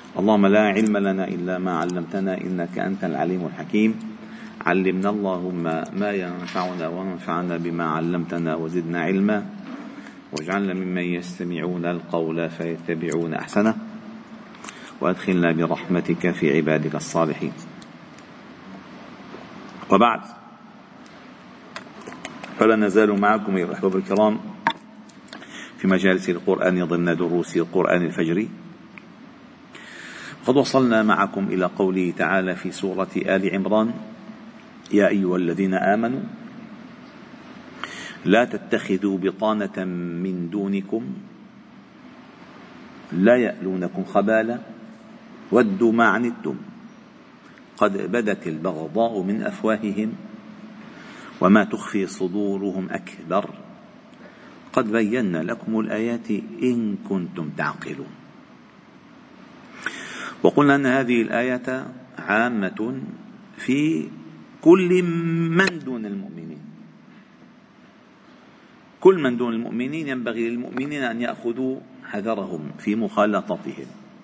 اللهم لا علم لنا إلا ما علمتنا إنك أنت العليم الحكيم. علمنا اللهم ما ينفعنا وانفعنا بما علمتنا وزدنا علما، واجعلنا ممن يستمعون القول فيتبعون أحسنه، وأدخلنا برحمتك في عبادك الصالحين. وبعد، فلا نزال معكم أيها الأحباب الكرام في مجالس القرآن ضمن دروس القرآن الفجري. قد وصلنا معكم إلى قوله تعالى في سورة آل عمران: يا أيها الذين آمنوا لا تتخذوا بطانة من دونكم لا يألونكم خبالا ودوا ما عنتم قد بدت البغضاء من أفواههم وما تخفي صدورهم أكبر قد بينا لكم الآيات إن كنتم تعقلون. وقلنا أن هذه الآية عامة في كل من دون المؤمنين. كل من دون المؤمنين ينبغي للمؤمنين أن يأخذوا حذرهم في مخالطتهم.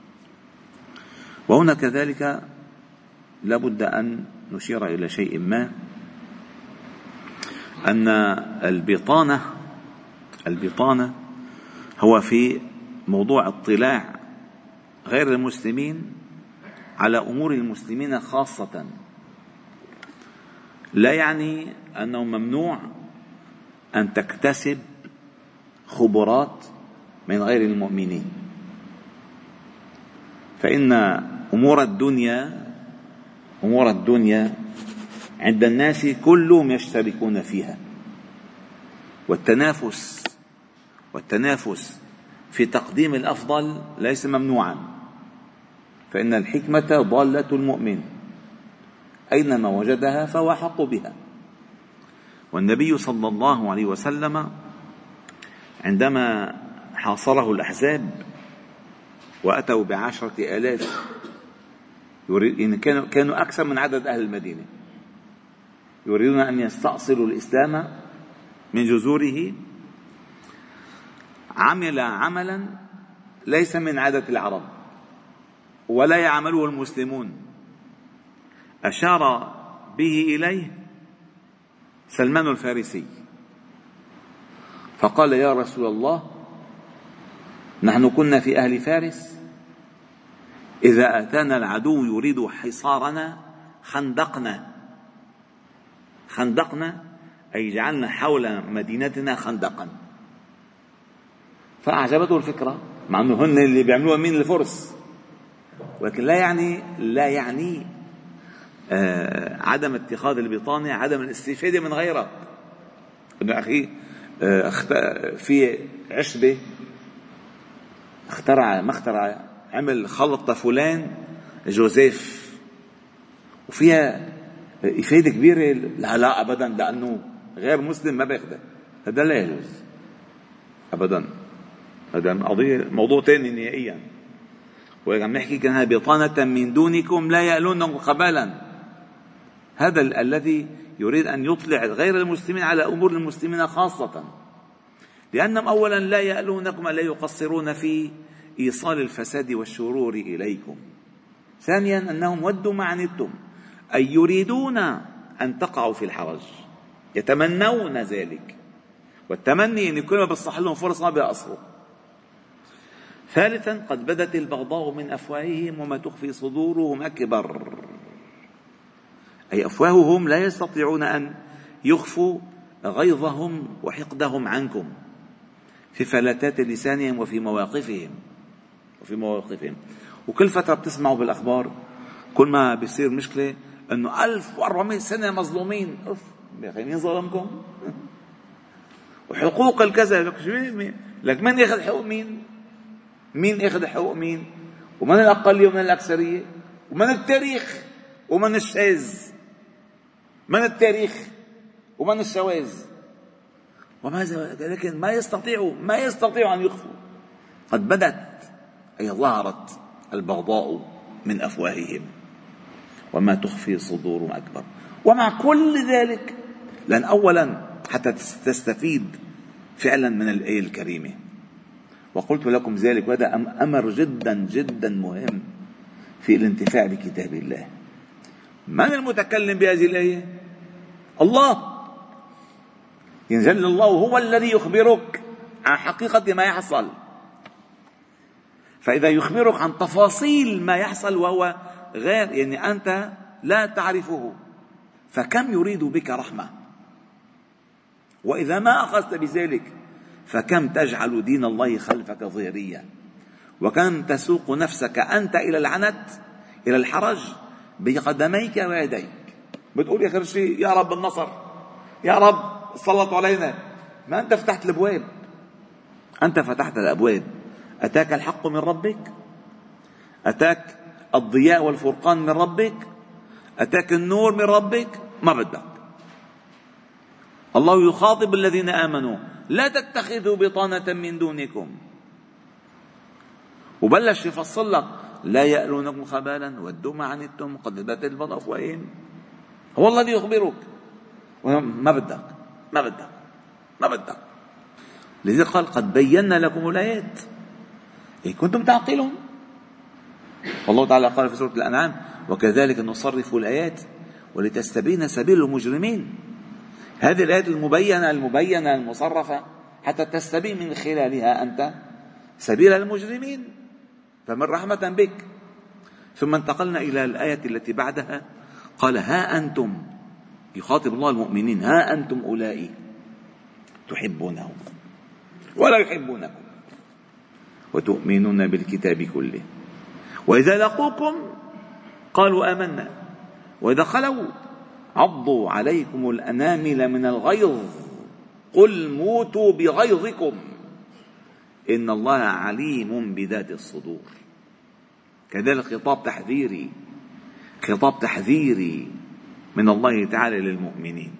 وهنا كذلك لابد أن نشير إلى شيء ما، أن البطانة هو في موضوع اطلاع غير المسلمين على أمور المسلمين خاصة، لا يعني أنه ممنوع أن تكتسب خبرات من غير المؤمنين، فإن أمور الدنيا عند الناس كلهم يشتركون فيها، والتنافس في تقديم الأفضل ليس ممنوعا، فإن الحكمة ضالة المؤمن أينما وجدها فهو أحق بها. والنبي صلى الله عليه وسلم عندما حاصره الأحزاب وأتوا ب10,000، كانوا أكثر من عدد أهل المدينة، يريدون أن يستأصلوا الإسلام من جذوره، عمل عملا ليس من عادة العرب ولا يعمله المسلمون. أشار به إليه سلمان الفارسي فقال: يا رسول الله، نحن كنا في أهل فارس، إذا أتانا العدو يريد حصارنا خندقنا أي جعلنا حول مدينتنا خندقا. فأعجبته الفكرة، مع أنه هن اللي بيعملوها من الفرس، ولكن لا يعني عدم اتخاذ البطانة عدم الاستفادة من غيرها. ابن أخي في عشبة عمل خلطة فلان جوزيف وفيها إفادة كبيرة. لا أبدا، لأنه غير مسلم ما بياخده، هذا لا يجوز أبدا، هذا موضوع تاني نهائيا. وعم نحكي كانها بطانة من دونكم لا يألونكم خبالا، هذا الذي يريد أن يطلع غير المسلمين على أمور المسلمين خاصة، لأنهم أولا لا يألونكم، لا يقصرون في إيصال الفساد والشرور إليكم. ثانيا أنهم ودوا ما عنتم، أي يريدون أن تقعوا في الحرج، يتمنون ذلك، والتمني أن كل ما بصح لهم فرص ما بيقصروا. ثالثا قد بدت البغضاء من أفواههم وما تخفي صدورهم أكبر، أي أفواههم لا يستطيعون أن يخفوا غيظهم وحقدهم عنكم في فلتات لسانهم وفي مواقفهم. وكل فترة بتسمعوا بالأخبار كل ما بيصير مشكلة أنه 1400 سنة مظلومين. يا أخي مين ظلمكم؟ وحقوق الكذا، لك من يأخذ حقوق مين يأخذ حقوق مين؟ ومن الأقلية ومن الأكثرية ومن التاريخ ومن الشاذ، من التاريخ ومن الشواذ، لكن ما يستطيعوا أن يخفوا. قد بدت أي ظهرت البغضاء من أفواههم وما تخفي صدورهم أكبر. ومع كل ذلك، لأن أولا حتى تستفيد فعلا من الآية الكريمة، وقلت لكم ذلك، وهذا أمر جدا جدا مهم، في الانتفاع بكتاب الله. من المتكلم بهذه الآية؟ الله. ينزل الله هو الذي يخبرك عن حقيقة ما يحصل. فإذا يخبرك عن تفاصيل ما يحصل وهو غير، يعني أنت لا تعرفه، فكم يريد بك رحمة. وإذا ما أخذت بذلك فكم تجعل دين الله خلفك ظهريا، وكم تسوق نفسك أنت إلى العنت، إلى الحرج بقدميك ويديك. بتقول آخر شيء يا رب النصر، يا رب سلطوا علينا. ما أنت فتحت الأبواب، أنت فتحت الأبواب. أتاك الحق من ربك، أتاك الضياء والفرقان من ربك، أتاك النور من ربك، ما بدك. الله يخاطب الذين آمنوا لا تتخذوا بطانة من دونكم، وبلش يفصل لك لا يألونكم خبالا ودوا ما عنتم قد بدت البيضاء أفواههم. هو الذي يخبرك، ما بدك ما بدك ما بدك. لذلك قال قد بينا لكم الآيات إن كنتم تعقلون. الله تعالى قال في سورة الأنعام وكذلك نصرف الآيات ولتستبين سبيل المجرمين. هذه الآيات المبينة المصرفة حتى تستبين من خلالها أنت سبيل المجرمين، فمن رحمة بك. ثم انتقلنا إلى الآية التي بعدها، قال ها أنتم، يخاطب الله المؤمنين، ها أنتم أولئك تحبونهم ولا يحبونكم وتؤمنون بالكتاب كله وإذا لقوكم قالوا آمنا وإذا خلوا عضوا عليكم الأنامل من الغيظ قل موتوا بغيظكم إن الله عليم بذات الصدور. كذلك خطاب تحذيري من الله تعالى للمؤمنين،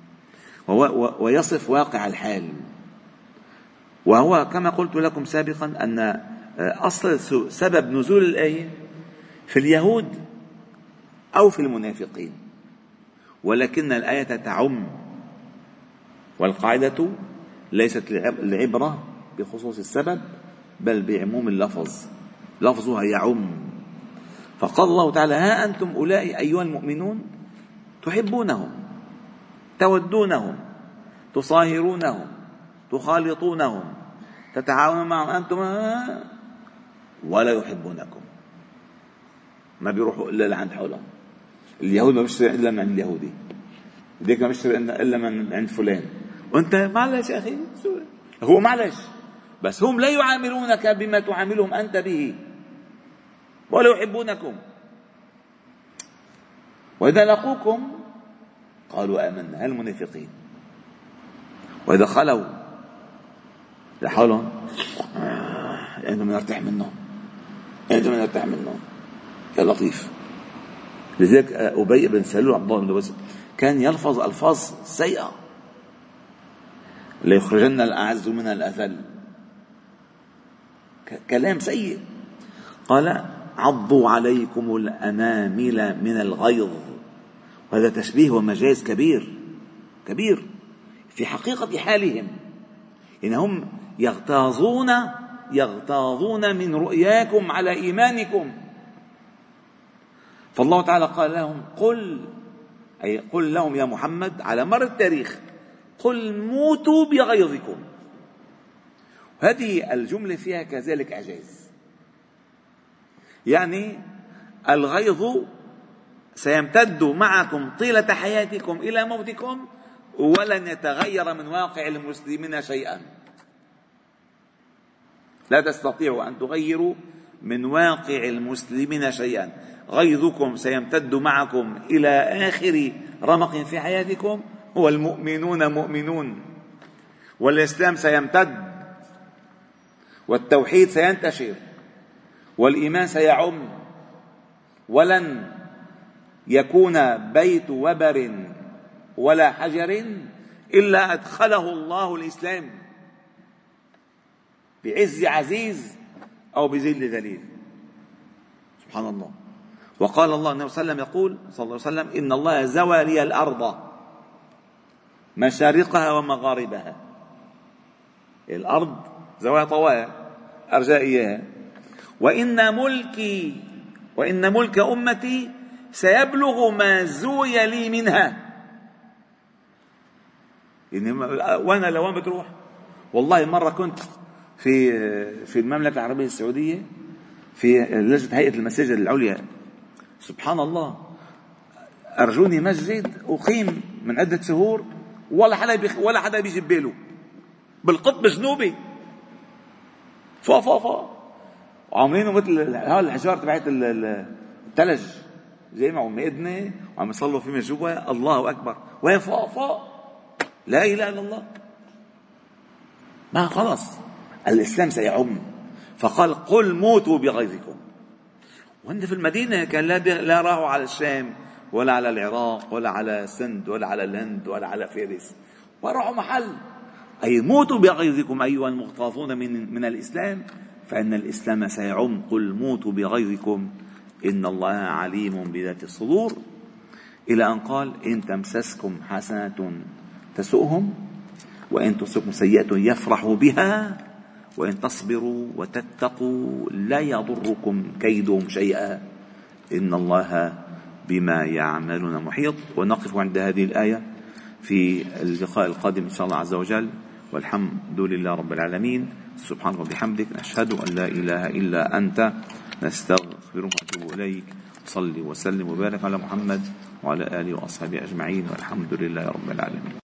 ويصف واقع الحال. وهو كما قلت لكم سابقا أن أصل سبب نزول الآية في اليهود أو في المنافقين، ولكن الآية تعم، والقاعدة ليست العبرة بخصوص السبب بل بعموم اللفظ، لفظها يعم. فقال الله تعالى ها أنتم أولئك أيها المؤمنون تحبونهم تودونهم تصاهرونهم تخالطونهم تتعاونون معهم أنتم ولا يحبونكم. ما بيروحوا إلا لعند حولهم. اليهود ما بيشتري إلا من عند اليهودي، ديك ما بيشتري إلا من عند فلان، وأنت معلش أخي، هو معلش، بس هم لا يعاملونك بما تعاملهم أنت به ولا يحبونكم. وإذا لقوكم قالوا آمنا، هالمنافقين. وإذا خلوا لحالهم أنتم نرتاح منهم، أنتم نرتاح منهم يا لطيف. لذلك أبي بن سلول عبد الله بن مسعود كان يلفظ ألفاظ سيئة، ليخرجن الأعز من الأذل، كلام سيء. قال عضوا عليكم الأنامل من الغيظ، وهذا تشبيه ومجاز كبير في حقيقة حالهم، إنهم يغتاظون من رؤياكم على إيمانكم. فالله تعالى قال لهم قل لهم يا محمد على مر التاريخ قل موتوا بغيظكم. هذه الجملة فيها كذلك إعجاز، يعني الغيظ سيمتد معكم طيلة حياتكم إلى موتكم ولن يتغير من واقع المسلمين شيئا. لا تستطيعوا أن تغيروا من واقع المسلمين شيئا. غيظكم سيمتد معكم إلى آخر رمق في حياتكم، والمؤمنون مؤمنون، والإسلام سيمتد، والتوحيد سينتشر، والإيمان سيعم، ولن يكون بيت وبر ولا حجر إلا أدخله الله الإسلام بعز عزيز أو بذل ذليل. سبحان الله. وقال الله النبي صلى الله عليه وسلم يقول صلى الله عليه وسلم إن الله زوى لي الأرض مشارقها ومغاربها. الأرض زوايا طوايا أرجاء إياها. وإن ملكي وإن ملك أمتي سيبلغ ما زوي لي منها. يعني وانا لوين بتروح؟ والله مرة كنت في المملكة العربية السعودية في لجنة هيئة المساجد العليا. سبحان الله، أرجوني مسجد أقيم من عدة شهور ولا حدا بيجي بباله، بالقطب الجنوبي فوق وعاملينه مثل الحجار تبعت الثلج، زي ما عم مأذنة وعم يصلوا فيه من جوا. الله أكبر، وين فوق لا إله إلا الله. ما خلص الإسلام سيعم، فقال قل موتوا بغيظكم. وهن في المدينة كان لا راحوا على الشام ولا على العراق ولا على سند ولا على الهند ولا على فارس، وراحوا محل أي موتوا بغيظكم أيها المغتاظون من الإسلام، فإن الإسلام سيعم. قل موتوا بغيظكم إن الله عليم بذات الصدور، إلى أن قال إن تمسسكم حسنة تسؤهم وإن تصبكم سيئة يفرحوا بها وإن تصبروا وتتقوا لا يضركم كيدهم شيئا إن الله بما يعملون محيط. ونقف عند هذه الآية في اللقاء القادم إن شاء الله عز وجل، والحمد لله رب العالمين. سبحانك وبحمدك، نشهد أن لا إله إلا أنت، نستغفرك ونتوب إليك. صلي وسلم وبارك على محمد وعلى آله وأصحابه أجمعين، والحمد لله رب العالمين.